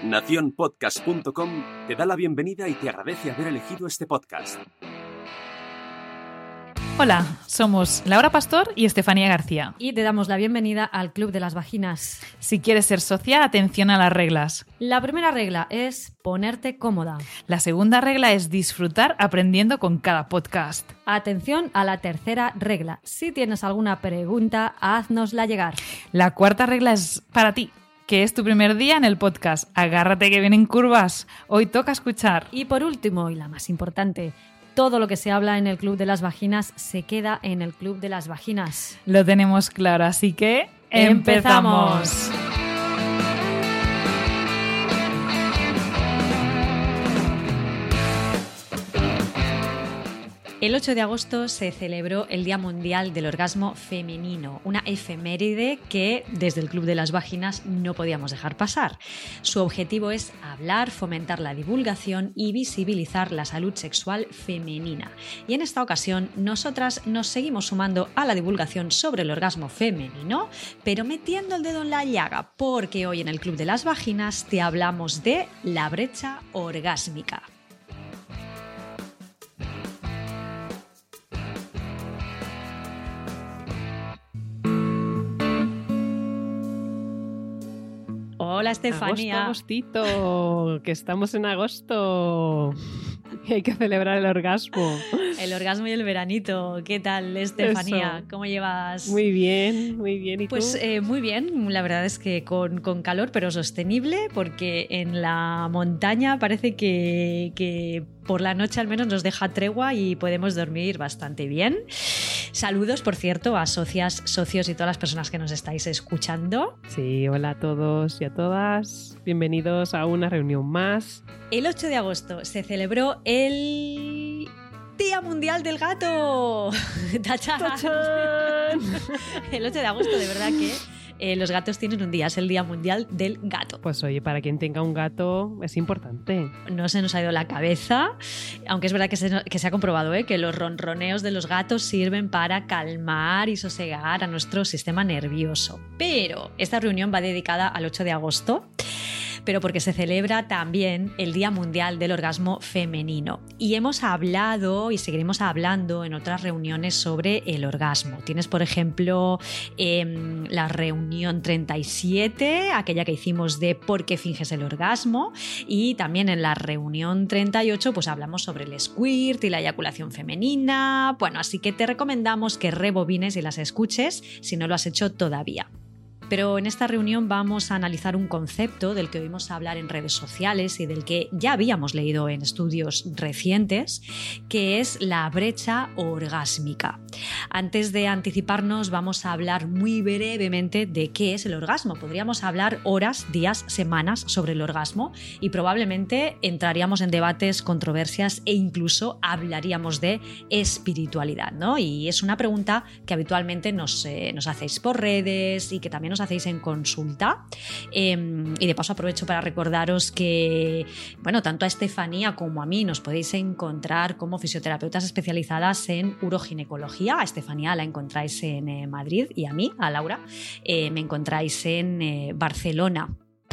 Nacionpodcast.com te da la bienvenida y te agradece haber elegido este podcast. Hola, somos Laura Pastor y Estefanía García. Y te damos la bienvenida al Club de las Vaginas. Si quieres ser socia, atención a las reglas. La primera regla es ponerte cómoda. La segunda regla es disfrutar aprendiendo con cada podcast. Atención a la tercera regla. Si tienes alguna pregunta, háznosla llegar. La cuarta regla es para ti, que es tu primer día en el podcast. Agárrate que vienen curvas. Hoy toca escuchar. Y por último, y la más importante, todo lo que se habla en el Club de las Vaginas se queda en el Club de las Vaginas. Lo tenemos claro, así que ¡empezamos! El 8 de agosto se celebró el Día Mundial del Orgasmo Femenino, una efeméride que desde el Club de las Vaginas no podíamos dejar pasar. Su objetivo es hablar, fomentar la divulgación y visibilizar la salud sexual femenina. Y en esta ocasión nosotras nos seguimos sumando a la divulgación sobre el orgasmo femenino, pero metiendo el dedo en la llaga, porque hoy en el Club de las Vaginas te hablamos de la brecha orgásmica. Hola, Estefanía. Agostito, que estamos en agosto. Y hay que celebrar el orgasmo. El orgasmo y el veranito. ¿Qué tal, Estefanía? Eso. ¿Cómo llevas? Muy bien, muy bien. ¿Y pues, tú? Muy bien. La verdad es que con calor, pero sostenible, porque en la montaña parece que por la noche al menos nos deja tregua y podemos dormir bastante bien. Saludos, por cierto, a socias, socios y todas las personas que nos estáis escuchando. Sí, hola a todos y a todas. Bienvenidos a una reunión más. El 8 de agosto se celebró el Día Mundial del Gato. ¡Tachán! ¡Tachán! El 8 de agosto, de verdad que los gatos tienen un día, es el Día Mundial del Gato. Pues oye, para quien tenga un gato es importante. No se nos ha ido la cabeza, aunque es verdad que se ha comprobado que los ronroneos de los gatos sirven para calmar y sosegar a nuestro sistema nervioso. Pero esta reunión va dedicada al 8 de agosto, pero porque se celebra también el Día Mundial del Orgasmo Femenino. Y hemos hablado y seguiremos hablando en otras reuniones sobre el orgasmo. Tienes, por ejemplo, la reunión 37, aquella que hicimos de ¿por qué finges el orgasmo? Y también en la reunión 38 pues hablamos sobre el squirt y la eyaculación femenina. Bueno, así que te recomendamos que rebobines y las escuches si no lo has hecho todavía. Pero en esta reunión vamos a analizar un concepto del que oímos hablar en redes sociales y del que ya habíamos leído en estudios recientes, que es la brecha orgásmica. Antes de anticiparnos, vamos a hablar muy brevemente de qué es el orgasmo. Podríamos hablar horas, días, semanas sobre el orgasmo y probablemente entraríamos en debates, controversias e incluso hablaríamos de espiritualidad, ¿no? Y es una pregunta que habitualmente nos hacéis por redes y que también nos hacéis en consulta. Y de paso aprovecho para recordaros que, bueno, tanto a Estefanía como a mí nos podéis encontrar como fisioterapeutas especializadas en uroginecología. A Estefanía la encontráis en Madrid y a mí, a Laura, me encontráis en Barcelona.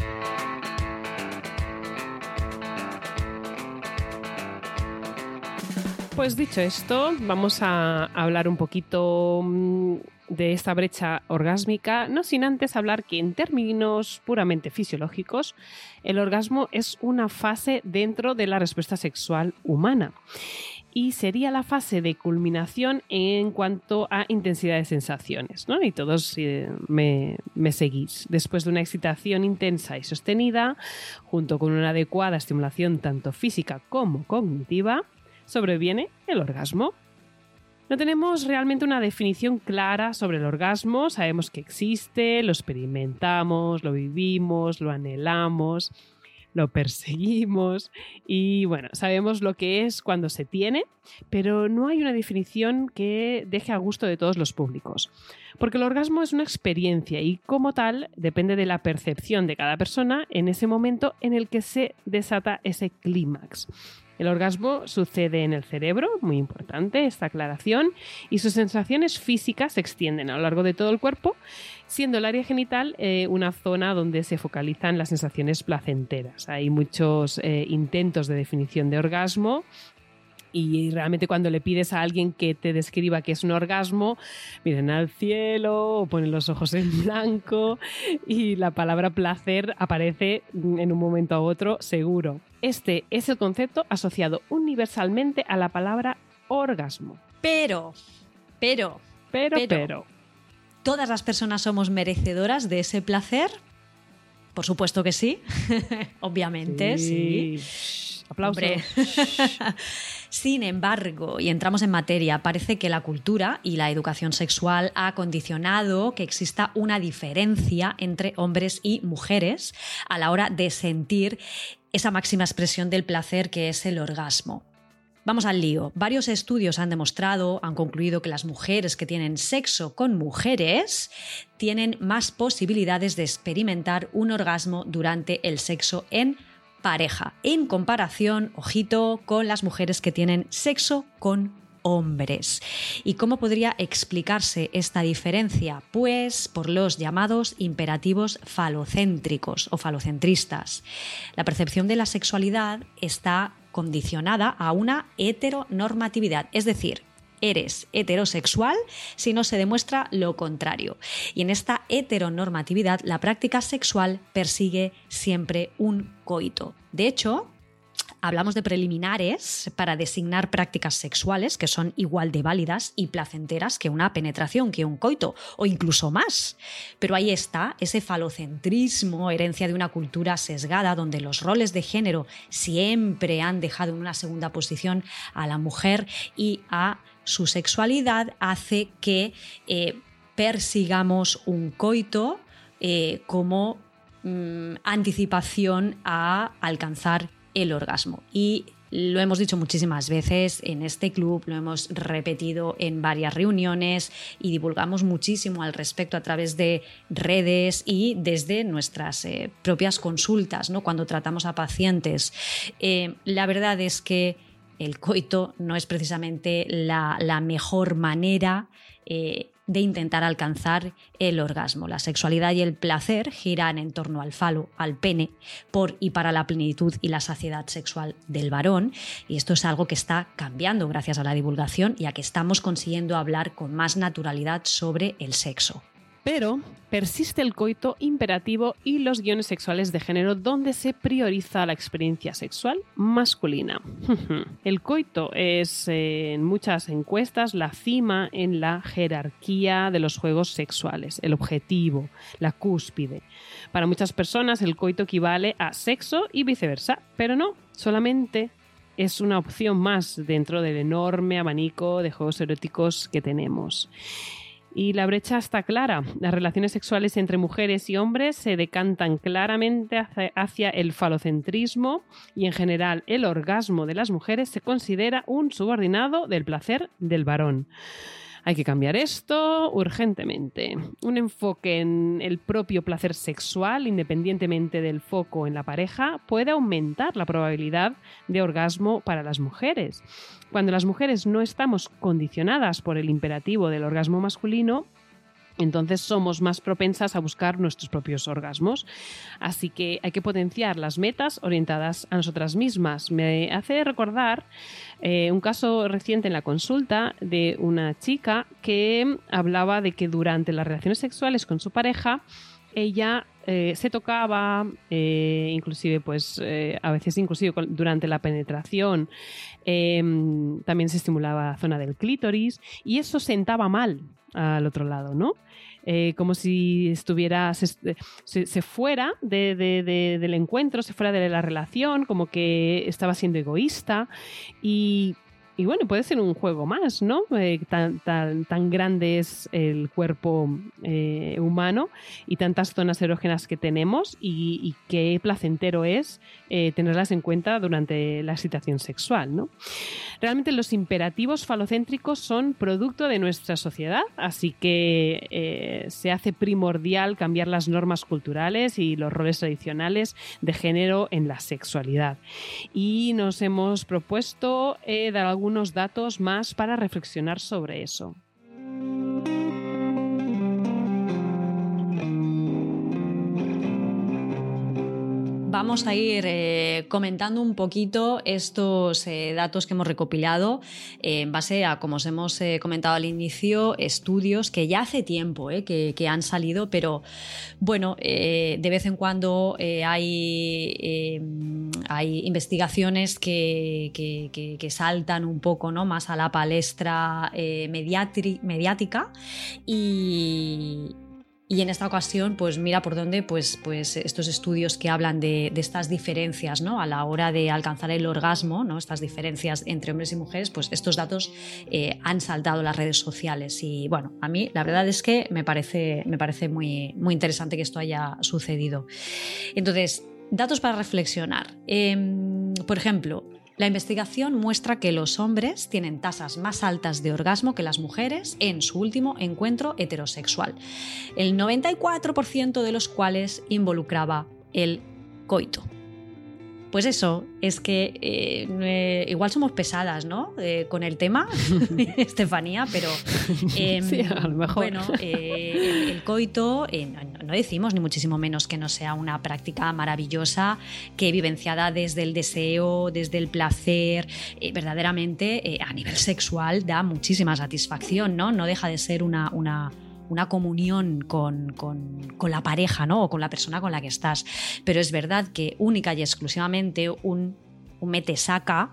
Pues dicho esto, vamos a hablar un poquito de esta brecha orgásmica, no sin antes hablar que en términos puramente fisiológicos, el orgasmo es una fase dentro de la respuesta sexual humana y sería la fase de culminación en cuanto a intensidad de sensaciones, ¿no? Y todos me seguís. Después de una excitación intensa y sostenida, junto con una adecuada estimulación tanto física como cognitiva, sobreviene el orgasmo. No tenemos realmente una definición clara sobre el orgasmo, sabemos que existe, lo experimentamos, lo vivimos, lo anhelamos, lo perseguimos y bueno, sabemos lo que es cuando se tiene, pero no hay una definición que deje a gusto de todos los públicos. Porque el orgasmo es una experiencia y como tal depende de la percepción de cada persona en ese momento en el que se desata ese clímax. El orgasmo sucede en el cerebro, muy importante esta aclaración, y sus sensaciones físicas se extienden a lo largo de todo el cuerpo, siendo el área genital una zona donde se focalizan las sensaciones placenteras. Hay muchos intentos de definición de orgasmo. Y realmente cuando le pides a alguien que te describa qué es un orgasmo, miran al cielo o ponen los ojos en blanco y la palabra placer aparece en un momento a otro seguro. Este es el concepto asociado universalmente a la palabra orgasmo. Pero, ¿todas las personas somos merecedoras de ese placer? Por supuesto que sí. Obviamente, sí. Aplausos. Sin embargo, y entramos en materia, parece que la cultura y la educación sexual ha condicionado que exista una diferencia entre hombres y mujeres a la hora de sentir esa máxima expresión del placer que es el orgasmo. Vamos al lío. Varios estudios han concluido que las mujeres que tienen sexo con mujeres tienen más posibilidades de experimentar un orgasmo durante el sexo en pareja, en comparación, ojito, con las mujeres que tienen sexo con hombres. ¿Y cómo podría explicarse esta diferencia? Pues por los llamados imperativos falocéntricos o falocentristas. La percepción de la sexualidad está condicionada a una heteronormatividad, es decir, eres heterosexual si no se demuestra lo contrario. Y en esta heteronormatividad, la práctica sexual persigue siempre un coito. De hecho, hablamos de preliminares para designar prácticas sexuales que son igual de válidas y placenteras que una penetración, que un coito, o incluso más. Pero ahí está ese falocentrismo, herencia de una cultura sesgada donde los roles de género siempre han dejado en una segunda posición a la mujer y a su sexualidad hace que persigamos un coito como anticipación a alcanzar el orgasmo. Y lo hemos dicho muchísimas veces en este club, lo hemos repetido en varias reuniones y divulgamos muchísimo al respecto a través de redes y desde nuestras propias consultas, ¿no? Cuando tratamos a pacientes. La verdad es que el coito no es precisamente la mejor manera de intentar alcanzar el orgasmo. La sexualidad y el placer giran en torno al falo, al pene, por y para la plenitud y la saciedad sexual del varón, y esto es algo que está cambiando gracias a la divulgación y a que estamos consiguiendo hablar con más naturalidad sobre el sexo. Pero persiste el coito imperativo y los guiones sexuales de género donde se prioriza la experiencia sexual masculina. El coito es, en muchas encuestas, la cima en la jerarquía de los juegos sexuales, el objetivo, la cúspide. Para muchas personas el coito equivale a sexo y viceversa, pero no, solamente es una opción más dentro del enorme abanico de juegos eróticos que tenemos. Y la brecha está clara. Las relaciones sexuales entre mujeres y hombres se decantan claramente hacia el falocentrismo y en general el orgasmo de las mujeres se considera un subordinado del placer del varón. Hay que cambiar esto urgentemente. Un enfoque en el propio placer sexual, independientemente del foco en la pareja, puede aumentar la probabilidad de orgasmo para las mujeres. Cuando las mujeres no estamos condicionadas por el imperativo del orgasmo masculino, entonces somos más propensas a buscar nuestros propios orgasmos. Así que hay que potenciar las metas orientadas a nosotras mismas. Me hace recordar un caso reciente en la consulta de una chica que hablaba de que durante las relaciones sexuales con su pareja ella se tocaba, inclusive pues a veces inclusive durante la penetración también se estimulaba la zona del clítoris y eso sentaba mal al otro lado, ¿no? Como si estuviera se fuera del encuentro, se fuera de la relación, como que estaba siendo egoísta y Y bueno, puede ser un juego más, ¿no? Tan grande es el cuerpo humano y tantas zonas erógenas que tenemos y qué placentero es tenerlas en cuenta durante la excitación sexual, ¿no? Realmente los imperativos falocéntricos son producto de nuestra sociedad, así que se hace primordial cambiar las normas culturales y los roles tradicionales de género en la sexualidad. Y nos hemos propuesto dar algunos datos más para reflexionar sobre eso. Vamos a ir comentando un poquito estos datos que hemos recopilado en base a, como os hemos comentado al inicio, estudios que ya hace tiempo que han salido, pero bueno, de vez en cuando hay investigaciones que saltan un poco, ¿no?, más a la palestra mediática y en esta ocasión, pues mira por dónde, pues estos estudios que hablan de estas diferencias, ¿no?, a la hora de alcanzar el orgasmo, ¿no?, estas diferencias entre hombres y mujeres, pues estos datos han saltado las redes sociales y bueno, a mí la verdad es que me parece muy, muy interesante que esto haya sucedido. Entonces, datos para reflexionar. Por ejemplo, la investigación muestra que los hombres tienen tasas más altas de orgasmo que las mujeres en su último encuentro heterosexual, el 94% de los cuales involucraba el coito. Pues eso, es que igual somos pesadas, ¿no?, con el tema, Estefanía, pero sí, a lo mejor. Bueno, el coito, no decimos ni muchísimo menos que no sea una práctica maravillosa, que vivenciada desde el deseo, desde el placer, verdaderamente a nivel sexual da muchísima satisfacción, ¿no? No deja de ser una comunión con la pareja, ¿no?, o con la persona con la que estás. Pero es verdad que única y exclusivamente un mete-saca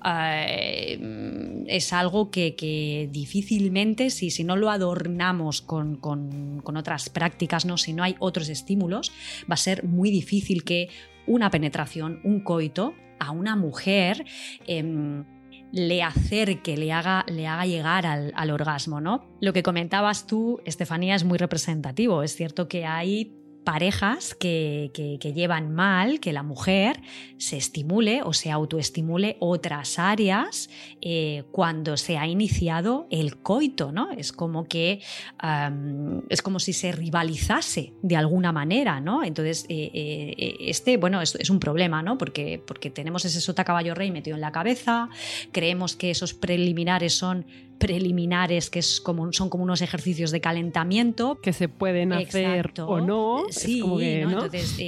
es algo que difícilmente, si no lo adornamos con otras prácticas, ¿no?, si no hay otros estímulos, va a ser muy difícil que una penetración, un coito a una mujer le acerque, le haga llegar al orgasmo, ¿no? Lo que comentabas tú, Estefanía, es muy representativo. Es cierto que hay parejas que llevan mal que la mujer se estimule o se autoestimule otras áreas cuando se ha iniciado el coito, ¿no? Es como que es como si se rivalizase de alguna manera, ¿no? Entonces bueno, es un problema, ¿no? Porque tenemos ese sota caballo rey metido en la cabeza, creemos que esos preliminares son preliminares, que son como unos ejercicios de calentamiento que se pueden hacer. Exacto. O no. Sí, es como que, ¿no? Entonces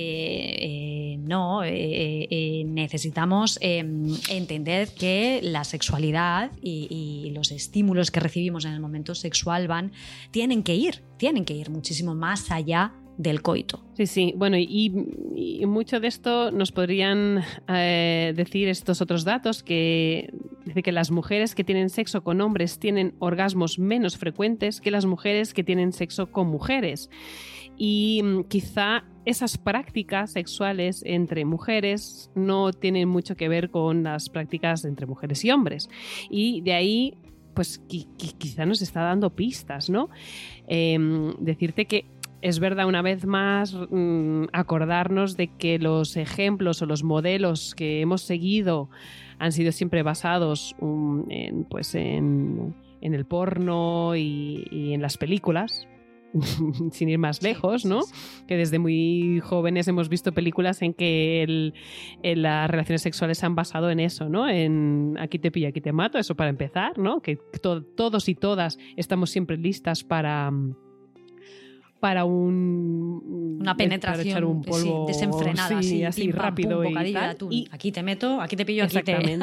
necesitamos entender que la sexualidad y los estímulos que recibimos en el momento sexual tienen que ir muchísimo más allá del coito. Sí. Bueno, y mucho de esto nos podrían decir estos otros datos, que dice que las mujeres que tienen sexo con hombres tienen orgasmos menos frecuentes que las mujeres que tienen sexo con mujeres. Y quizá esas prácticas sexuales entre mujeres no tienen mucho que ver con las prácticas entre mujeres y hombres. Y de ahí, pues quizá nos está dando pistas, ¿no? Decirte que es verdad, una vez más, acordarnos de que los ejemplos o los modelos que hemos seguido han sido siempre basados en el porno y en las películas, sin ir más lejos, ¿no? Que desde muy jóvenes hemos visto películas en que las relaciones sexuales se han basado en eso, ¿no? En aquí te pillo, aquí te mato, eso para empezar, ¿no? Que todos y todas estamos siempre listas para una penetración, para un polvo, desenfrenada, así rápido, un bocadillo de atún. Aquí te meto, aquí te pillo, aquí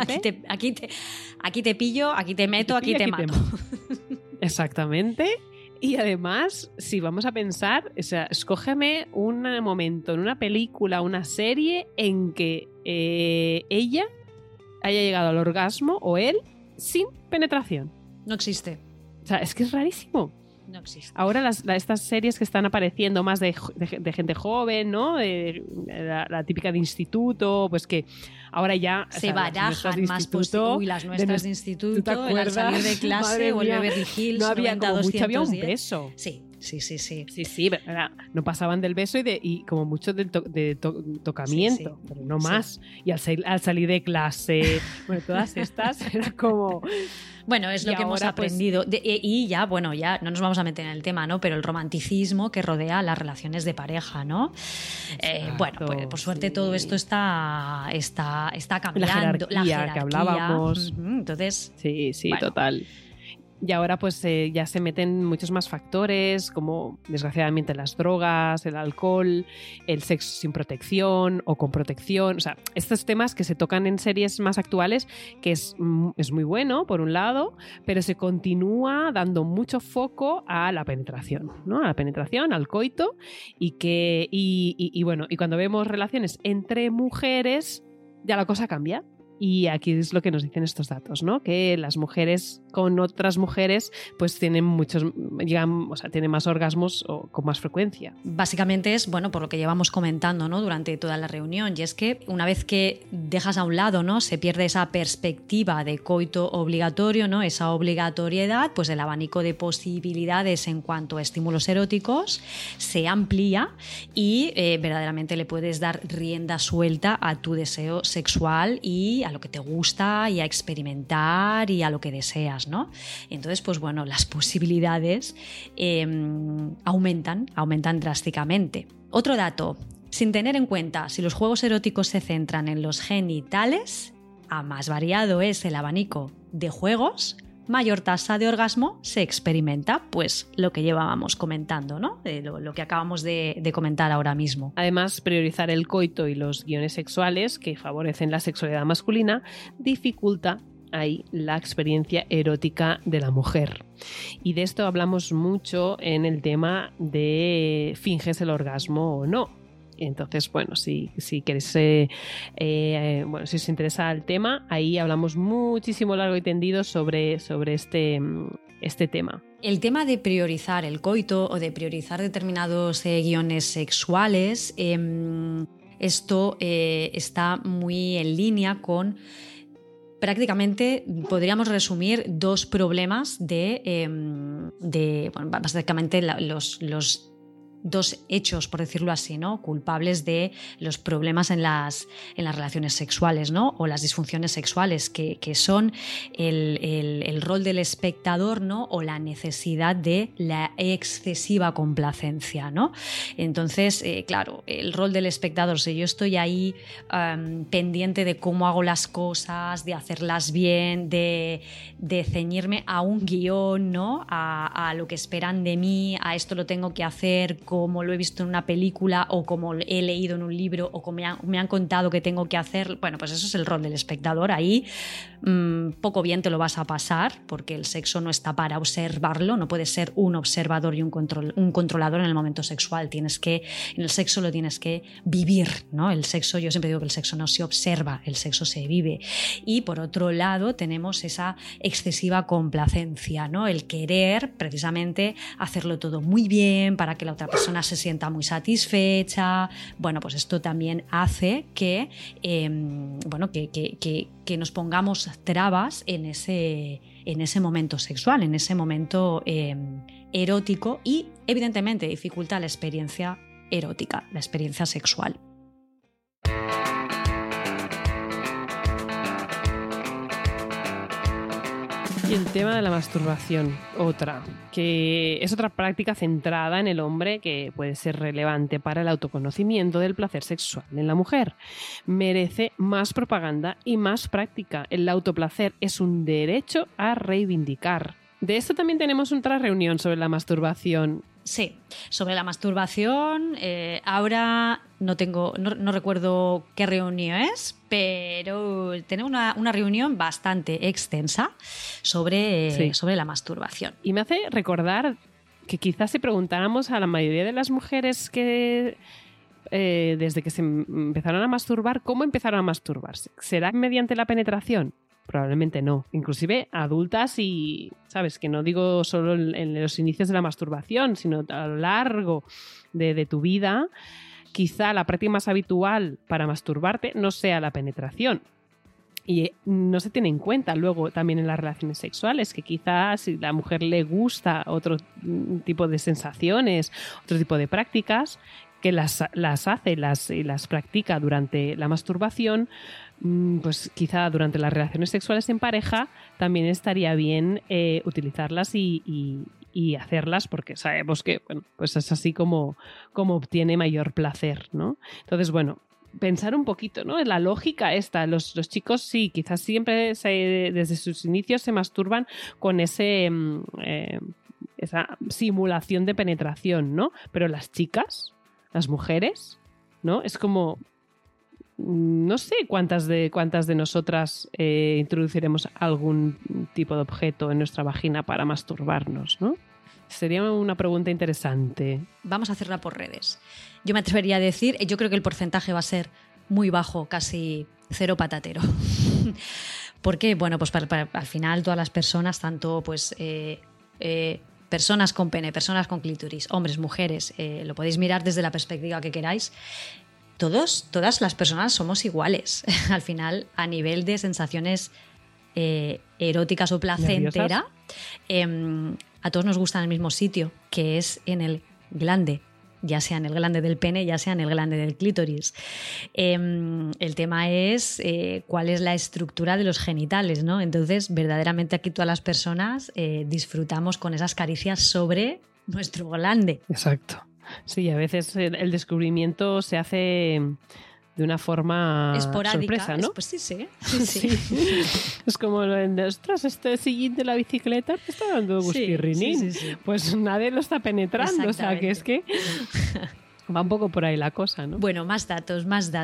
te pillo, aquí te meto, aquí te mato. Exactamente. Y además, si vamos a pensar, o sea, escógeme un momento en una película, una serie en que ella haya llegado al orgasmo o él sin penetración. No existe. O sea, es que es rarísimo. No existe. Ahora estas series que están apareciendo más de gente joven, ¿no? La típica de instituto, pues que ahora ya... Se barajan más las nuestras de instituto, el al salir de clase o el Beverly Hills, no había, como mucho había un beso. Sí. Sí, ¿verdad? No pasaban del beso y como mucho del tocamiento, pero no más. Y al salir de clase, bueno, todas estas era como... Bueno, es lo que hemos aprendido. Y ya no nos vamos a meter en el tema, ¿no? Pero el romanticismo que rodea las relaciones de pareja, ¿no? Bueno, pues, por suerte todo esto está cambiando. La jerarquía que hablábamos. Entonces, sí, bueno. Total. Y ahora pues ya se meten muchos más factores, como desgraciadamente las drogas, el alcohol, el sexo sin protección o con protección. O sea, estos temas que se tocan en series más actuales, que es muy bueno, por un lado, pero se continúa dando mucho foco a la penetración, ¿no? A la penetración, al coito, y cuando vemos relaciones entre mujeres, ya la cosa cambia. Y aquí es lo que nos dicen estos datos, ¿no? Que las mujeres con otras mujeres pues tienen tienen más orgasmos o con más frecuencia. Básicamente es, por lo que llevamos comentando, ¿no? Durante toda la reunión, y es que una vez que dejas a un lado, ¿no? Se pierde esa perspectiva de coito obligatorio, ¿no? Esa obligatoriedad, pues el abanico de posibilidades en cuanto a estímulos eróticos se amplía y verdaderamente le puedes dar rienda suelta a tu deseo sexual y a lo que te gusta y a experimentar y a lo que deseas, ¿no? Entonces, pues las posibilidades aumentan drásticamente. Otro dato, sin tener en cuenta si los juegos eróticos se centran en los genitales, a más variado es el abanico de juegos, mayor tasa de orgasmo se experimenta, pues lo que llevábamos comentando, ¿no? Lo que acabamos de comentar ahora mismo. Además, priorizar el coito y los guiones sexuales que favorecen la sexualidad masculina dificulta ahí la experiencia erótica de la mujer. Y de esto hablamos mucho en el tema de ¿finges el orgasmo o no? Entonces, si queréis, si os interesa el tema, ahí hablamos muchísimo largo y tendido sobre este tema. El tema de priorizar el coito o de priorizar determinados guiones sexuales, esto está muy en línea con... Prácticamente podríamos resumir dos problemas básicamente los dos hechos, por decirlo así, ¿no? Culpables de los problemas en las relaciones sexuales, ¿no? O las disfunciones sexuales, que son el rol del espectador, ¿no? O la necesidad de la excesiva complacencia, ¿no? Entonces, claro, el rol del espectador, si yo estoy ahí pendiente de cómo hago las cosas, de hacerlas bien, de ceñirme a un guión, ¿no? A lo que esperan de mí, a esto lo tengo que hacer como lo he visto en una película o como he leído en un libro o como me han contado que tengo que hacer, pues eso es el rol del espectador. Ahí poco bien te lo vas a pasar, porque el sexo no está para observarlo, no puedes ser un observador y un controlador en el momento sexual. En el sexo lo tienes que vivir, ¿no? El sexo, yo siempre digo que el sexo no se observa, el sexo se vive. Y por otro lado tenemos esa excesiva complacencia, ¿no? El querer precisamente hacerlo todo muy bien para que la otra persona se sienta muy satisfecha. Bueno, pues esto también hace que nos pongamos trabas en ese momento sexual, en ese momento erótico, y evidentemente dificulta la experiencia erótica, la experiencia sexual. Y el tema de la masturbación, que es otra práctica centrada en el hombre que puede ser relevante para el autoconocimiento del placer sexual en la mujer. Merece más propaganda y más práctica. El autoplacer es un derecho a reivindicar. De esto también tenemos otra reunión sobre la masturbación. Sí, sobre la masturbación, ahora no recuerdo qué reunión es, pero tenemos una reunión bastante extensa sobre la masturbación. Y me hace recordar que quizás si preguntáramos a la mayoría de las mujeres que desde que se empezaron a masturbar, ¿cómo empezaron a masturbarse? ¿Será mediante la penetración? Probablemente no. Inclusive adultas y, ¿sabes? Que no digo solo en los inicios de la masturbación, sino a lo largo de tu vida. Quizá la práctica más habitual para masturbarte no sea la penetración. Y no se tiene en cuenta luego también en las relaciones sexuales, que quizás si la mujer le gusta otro tipo de sensaciones, otro tipo de prácticas, que las hace y las practica durante la masturbación, pues quizá durante las relaciones sexuales en pareja también estaría bien utilizarlas y hacerlas, porque sabemos que bueno, pues es así como obtiene mayor placer, ¿no? Entonces, bueno, pensar un poquito, ¿no? En la lógica esta. Los chicos sí, quizás siempre desde sus inicios se masturban con esa simulación de penetración, ¿no? Pero las chicas, las mujeres, ¿no? Es como... No sé cuántas de nosotras introduciremos algún tipo de objeto en nuestra vagina para masturbarnos, ¿no? Sería una pregunta interesante. Vamos a hacerla por redes. Yo me atrevería a decir, yo creo que el porcentaje va a ser muy bajo, casi cero patatero. ¿Por qué? Bueno, pues al final todas las personas, tanto pues personas con pene, personas con clítoris, hombres, mujeres, lo podéis mirar desde la perspectiva que queráis. Todas las personas somos iguales. Al final, a nivel de sensaciones eróticas o placentera, a todos nos gusta en el mismo sitio, que es en el glande, ya sea en el glande del pene, ya sea en el glande del clítoris. El tema es cuál es la estructura de los genitales, ¿no? Entonces, verdaderamente aquí todas las personas disfrutamos con esas caricias sobre nuestro glande. Exacto. Sí, a veces el descubrimiento se hace de una forma esporádica, sorpresa, ¿no? Pues sí. Es como ostras, este sillín de la bicicleta me está dando gustirrinín. Sí. Pues nadie lo está penetrando, o sea que es que va un poco por ahí la cosa, ¿no? Bueno, más datos.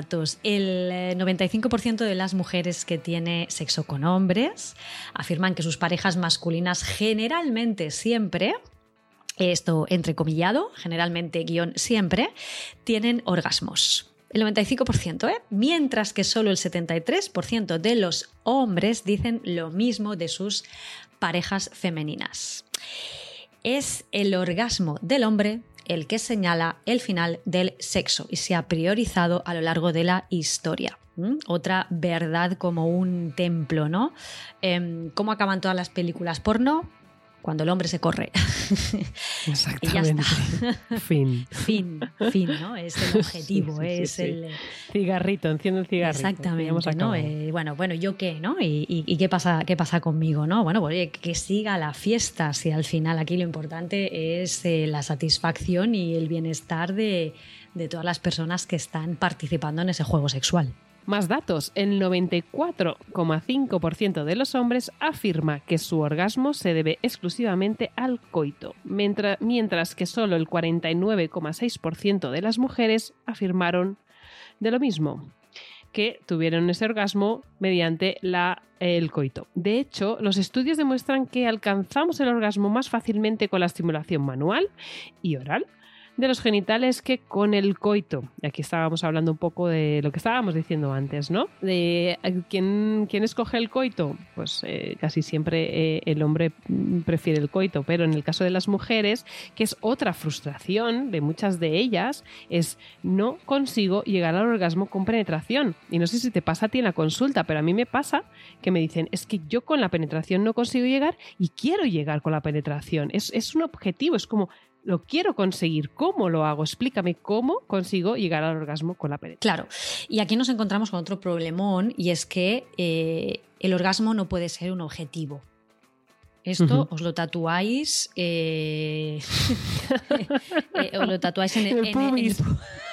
El 95% de las mujeres que tiene sexo con hombres afirman que sus parejas masculinas generalmente siempre, esto entrecomillado, generalmente guión siempre, tienen orgasmos. El 95%, mientras que solo el 73% de los hombres dicen lo mismo de sus parejas femeninas. Es el orgasmo del hombre el que señala el final del sexo y se ha priorizado a lo largo de la historia. Otra verdad como un templo, ¿no? ¿Cómo acaban todas las películas porno? Cuando el hombre se corre. Exactamente. Y ya está. Fin, ¿no? Es el objetivo, sí. el cigarrito, enciendo el cigarrito. Exactamente, ¿no? Bueno, ¿yo qué, no? ¿Y qué pasa conmigo, no? Bueno, pues que siga la fiesta, si al final aquí lo importante es la satisfacción y el bienestar de todas las personas que están participando en ese juego sexual. Más datos. El 94,5% de los hombres afirma que su orgasmo se debe exclusivamente al coito, mientras que solo el 49,6% de las mujeres afirmaron de lo mismo, que tuvieron ese orgasmo mediante el coito. De hecho, los estudios demuestran que alcanzamos el orgasmo más fácilmente con la estimulación manual y oral de los genitales que con el coito. Y aquí estábamos hablando un poco de lo que estábamos diciendo antes, ¿no? De ¿quién escoge el coito? Pues casi siempre el hombre prefiere el coito, pero en el caso de las mujeres, que es otra frustración de muchas de ellas, es no consigo llegar al orgasmo con penetración. Y no sé si te pasa a ti en la consulta, pero a mí me pasa que me dicen, es que yo con la penetración no consigo llegar y quiero llegar con la penetración. Es un objetivo, es como... Lo quiero conseguir. ¿Cómo lo hago? Explícame cómo consigo llegar al orgasmo con la penetración. Claro. Y aquí nos encontramos con otro problemón y es que el orgasmo no puede ser un objetivo. Esto os lo tatuáis os lo tatuáis en el pubis.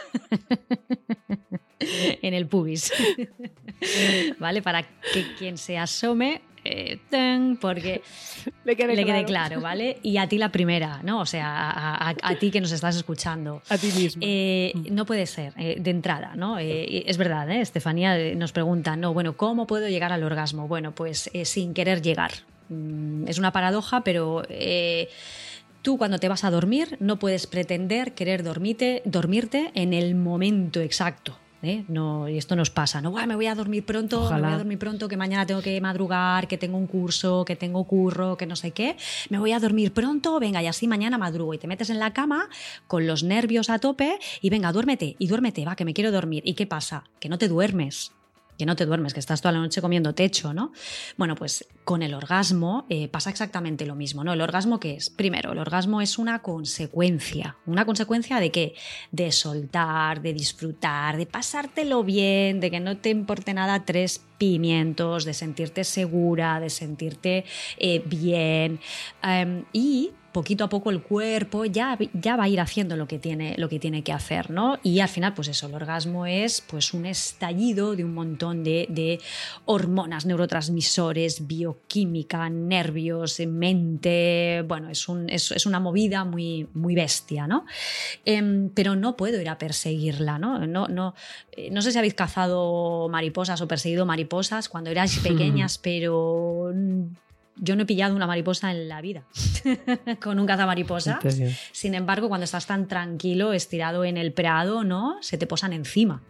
En el pubis. ¿Vale? Para que quien se asome porque le quede claro, ¿vale? Y a ti la primera, ¿no? O sea, a ti que nos estás escuchando. A ti mismo. No puede ser, de entrada, ¿no? Es verdad, Estefanía nos pregunta, no, bueno, ¿cómo puedo llegar al orgasmo? Bueno, pues sin querer llegar. Es una paradoja, pero tú cuando te vas a dormir no puedes pretender querer dormirte en el momento exacto. No, y esto nos pasa, ¿no? Me voy a dormir pronto, Ojalá. me voy a dormir pronto, que mañana tengo que madrugar, que tengo un curso, que tengo curro, que no sé qué. Me voy a dormir pronto, venga, y así mañana madrugo. Y te metes en la cama con los nervios a tope y venga, duérmete, va, que me quiero dormir. ¿Y qué pasa? Que no te duermes. Que estás toda la noche comiendo techo, ¿no? Bueno, pues con el orgasmo pasa exactamente lo mismo, ¿no? ¿El orgasmo qué es? Primero, el orgasmo es una consecuencia. ¿Una consecuencia de qué? De soltar, de disfrutar, de pasártelo bien, de que no te importe nada 3 pimientos, de sentirte segura, de sentirte bien. Y poquito a poco el cuerpo ya va a ir haciendo lo que tiene que hacer, ¿no? Y al final, pues eso, el orgasmo es pues un estallido de un montón de hormonas, neurotransmisores, bioquímica, nervios, mente. Bueno, es una movida muy, muy bestia, ¿no? Pero no puedo ir a perseguirla, ¿no? No sé si habéis cazado mariposas o perseguido mariposas cuando erais pequeñas, pero yo no he pillado una mariposa en la vida con un cazamariposa. Sin embargo, cuando estás tan tranquilo, estirado en el prado, ¿no? Se te posan encima.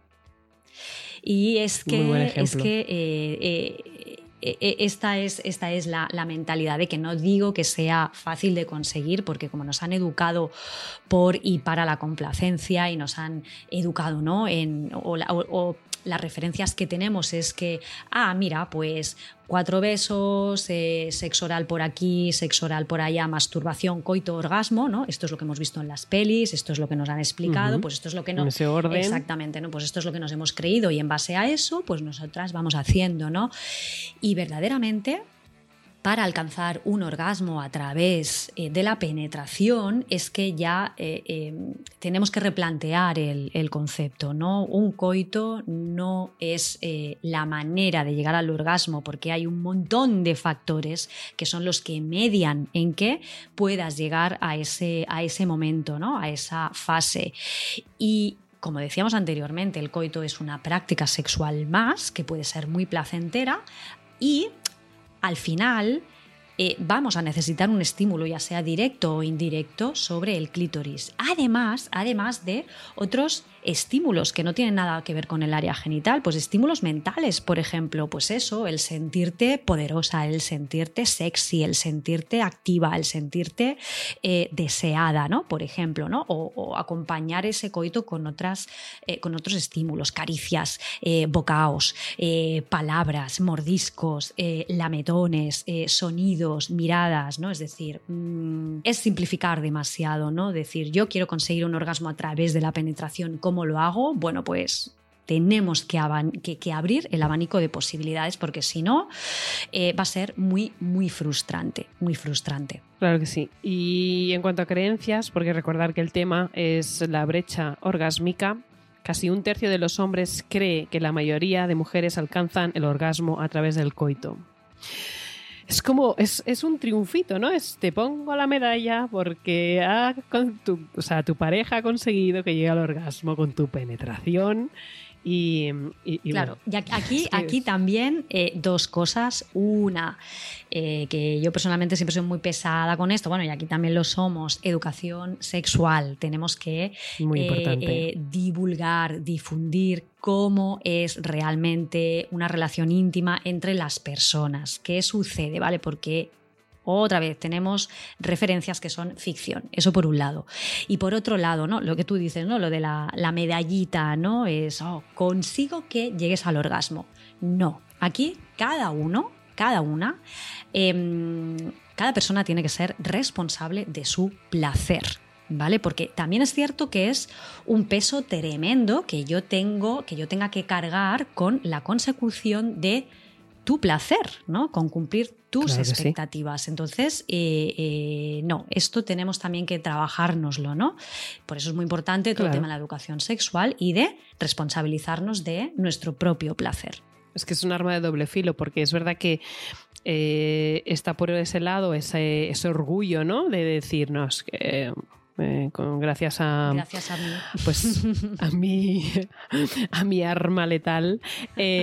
Y es que esta es la mentalidad de que no digo que sea fácil de conseguir, porque como nos han educado por y para la complacencia y nos han educado, ¿no? O las referencias que tenemos es que, mira, pues 4 besos, sexo oral por aquí, sexo oral por allá, masturbación, coito, orgasmo, ¿no? Esto es lo que hemos visto en las pelis, esto es lo que nos han explicado, pues esto es lo que en ese orden. Exactamente, ¿no? Pues esto es lo que nos hemos creído y en base a eso, pues nosotras vamos haciendo, ¿no? Y verdaderamente, para alcanzar un orgasmo a través de la penetración es que ya tenemos que replantear el concepto, ¿no? Un coito no es la manera de llegar al orgasmo, porque hay un montón de factores que son los que median en que puedas llegar a ese momento, ¿no? A esa fase. Y como decíamos anteriormente, el coito es una práctica sexual más que puede ser muy placentera y al final vamos a necesitar un estímulo, ya sea directo o indirecto, sobre el clítoris. Además de otros estímulos que no tienen nada que ver con el área genital, pues estímulos mentales, por ejemplo, pues eso, el sentirte poderosa, el sentirte sexy, el sentirte activa, el sentirte deseada, ¿no? Por ejemplo, ¿no? O acompañar ese coito con otros estímulos, caricias, bocaos, palabras, mordiscos, lametones, sonidos, miradas, ¿no? Es decir, es simplificar demasiado, ¿no? Decir, yo quiero conseguir un orgasmo a través de la penetración. ¿Cómo lo hago? Bueno, pues tenemos que abrir el abanico de posibilidades, porque si no va a ser muy, muy frustrante, muy frustrante. Claro que sí. Y en cuanto a creencias, porque recordar que el tema es la brecha orgásmica, casi 1/3 de los hombres cree que la mayoría de mujeres alcanzan el orgasmo a través del coito. Es como, es un triunfito, ¿no? Te pongo la medalla porque tu pareja ha conseguido que llegue al orgasmo con tu penetración. Y claro, bueno, y aquí también 2 cosas. Una, que yo personalmente siempre soy muy pesada con esto, bueno, y aquí también lo somos, educación sexual. Tenemos que divulgar, difundir cómo es realmente una relación íntima entre las personas. ¿Qué sucede? ¿Vale? Porque otra vez tenemos referencias que son ficción, eso por un lado. Y por otro lado, ¿no? Lo que tú dices, ¿no? Lo de la medallita, ¿no? Es, consigo que llegues al orgasmo. No, aquí cada persona tiene que ser responsable de su placer, ¿vale? Porque también es cierto que es un peso tremendo que yo tenga que cargar con la consecución de tu placer, ¿no? Con cumplir tus expectativas. Sí. Entonces, no, esto tenemos también que trabajárnoslo, ¿no? Por eso es muy importante todo el tema de la educación sexual y de responsabilizarnos de nuestro propio placer. Es que es un arma de doble filo, porque es verdad que está por ese lado ese orgullo, ¿no? De decirnos que gracias a mí, pues a mi arma letal,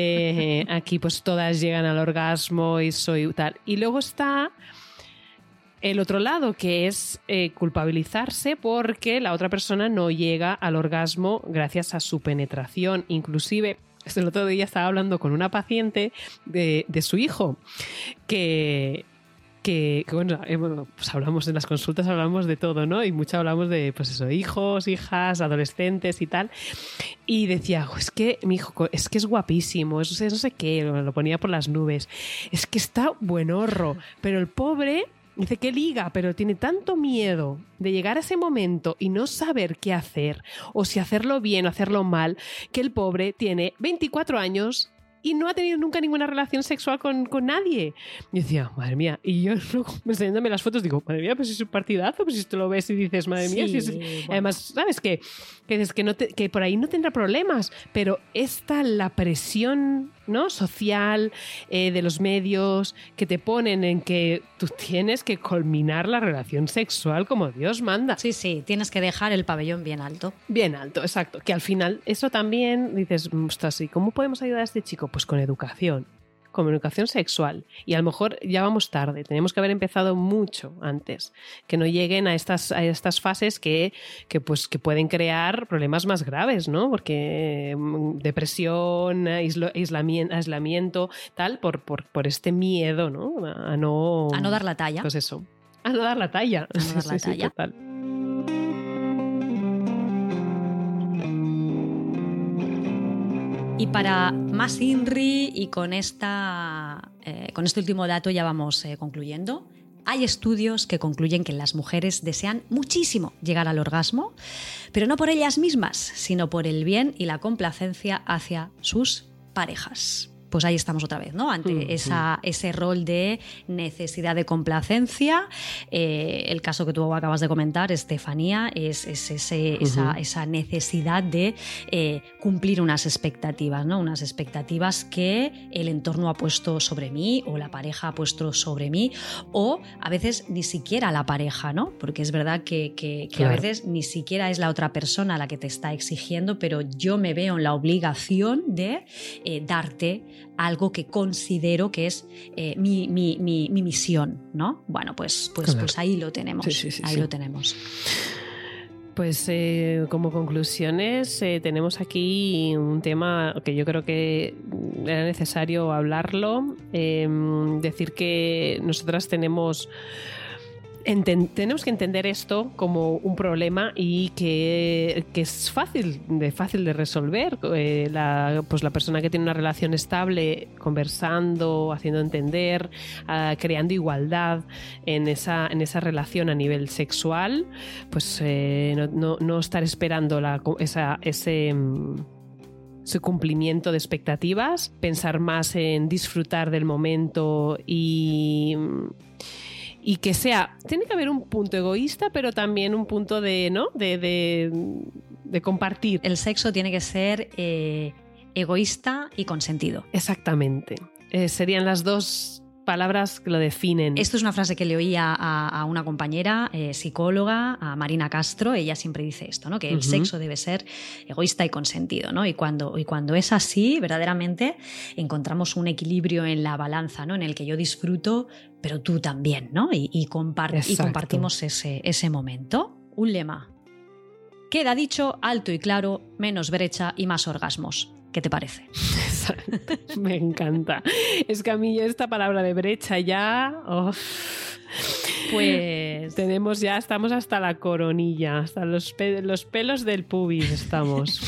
aquí pues todas llegan al orgasmo y soy tal. Y luego está el otro lado, que es culpabilizarse porque la otra persona no llega al orgasmo gracias a su penetración. Inclusive, el otro día estaba hablando con una paciente de su hijo que bueno, pues hablamos en las consultas, hablamos de todo, ¿no? Y mucho hablamos de, pues eso, hijos, hijas, adolescentes y tal. Y decía, es que mi hijo, es que es guapísimo, es no sé qué, lo ponía por las nubes. Es que está buenorro, pero el pobre dice que liga, pero tiene tanto miedo de llegar a ese momento y no saber qué hacer, o si hacerlo bien o hacerlo mal, que el pobre tiene 24 años y no ha tenido nunca ninguna relación sexual con nadie. Y decía, madre mía, y yo enseñándome las fotos digo, madre mía, pues es un partidazo, pues si tú lo ves y dices, madre mía, sí, si es... bueno. Además, ¿sabes qué? Que dices que por ahí no tendrá problemas, pero está la presión, ¿no?, social, de los medios, que te ponen en que tú tienes que culminar la relación sexual como Dios manda. Sí, tienes que dejar el pabellón bien alto. Bien alto, exacto. Que al final eso también dices, ostras, ¿y cómo podemos ayudar a este chico? Pues con educación sexual. Y a lo mejor ya vamos tarde, tenemos que haber empezado mucho antes, que no lleguen a estas fases que pueden crear problemas más graves, ¿no? Porque depresión, aislamiento, tal, por este miedo, ¿no? A no dar la talla. Pues eso, a no dar la talla. A no dar la talla. Sí, total. Y para más INRI y con este último dato ya vamos concluyendo. Hay estudios que concluyen que las mujeres desean muchísimo llegar al orgasmo, pero no por ellas mismas, sino por el bien y la complacencia hacia sus parejas. Pues ahí estamos otra vez, ¿no? Ante ese rol de necesidad de complacencia. El caso que tú acabas de comentar, Estefanía, es esa necesidad de cumplir unas expectativas, ¿no? Unas expectativas que el entorno ha puesto sobre mí o la pareja ha puesto sobre mí, o a veces ni siquiera la pareja, ¿no? Porque es verdad que claro, a veces ni siquiera es la otra persona la que te está exigiendo, pero yo me veo en la obligación de darte algo que considero que es mi misión, ¿no? Bueno, pues ahí lo tenemos. Ahí lo tenemos. Pues como conclusiones tenemos aquí un tema que yo creo que era necesario hablarlo. Decir que nosotras tenemos que entender esto como un problema y que es fácil de resolver. La persona que tiene una relación estable, conversando, haciendo entender, creando igualdad en esa relación a nivel sexual, pues no estar esperando ese cumplimiento de expectativas, pensar más en disfrutar del momento y que tiene que haber un punto egoísta, pero también un punto de compartir. El sexo tiene que ser egoísta y consentido. Exactamente. Serían las dos palabras que lo definen. Esto es una frase que le oía a una compañera psicóloga, a Marina Castro. Ella siempre dice esto, ¿no? Que el sexo debe ser egoísta y consentido, ¿no? Y cuando es así, verdaderamente encontramos un equilibrio en la balanza, ¿no? En el que yo disfruto, pero tú también, ¿no? Y compartimos ese momento. Un lema. Queda dicho alto y claro, menos brecha y más orgasmos. ¿Qué te parece? Me encanta. Es que a mí esta palabra de brecha ya... Pues estamos hasta la coronilla, hasta los pelos del pubis estamos.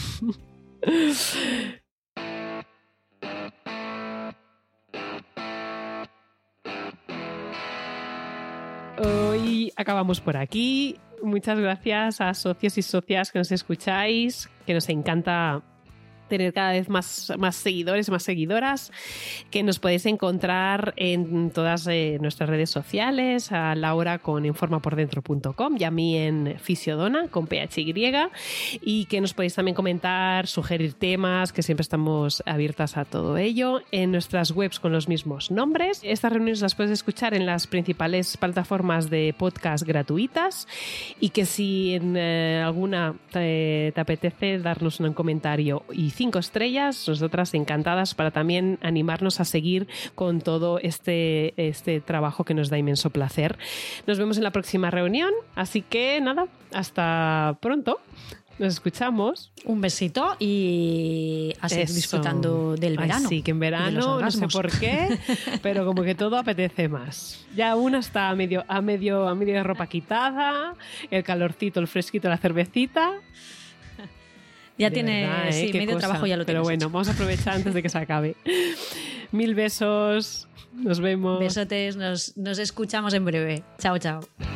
Hoy acabamos por aquí. Muchas gracias a socios y socias que nos escucháis, que nos encanta tener cada vez más seguidores, más seguidoras, que nos podéis encontrar en todas nuestras redes sociales, a Laura con informapordentro.com y a mí en Fisiodona con PHY, y que nos podéis también comentar, sugerir temas, que siempre estamos abiertas a todo ello, en nuestras webs con los mismos nombres. Estas reuniones las puedes escuchar en las principales plataformas de podcast gratuitas, y que si en alguna te apetece darnos un comentario y 5 estrellas. Nosotras encantadas para también animarnos a seguir con todo este trabajo que nos da inmenso placer. Nos vemos en la próxima reunión, así que nada, hasta pronto. Nos escuchamos. Un besito y a seguir disfrutando del verano. Así que en verano, no sé por qué, pero como que todo apetece más. Ya una está a medio de ropa quitada, el calorcito, el fresquito, la cervecita. Ya De tiene verdad, sí, medio cosa. trabajo ya lo Pero tienes bueno, hecho. vamos a aprovechar antes de que se acabe. 1000 besos. Nos vemos. Besotes, nos escuchamos en breve. Chao, chao.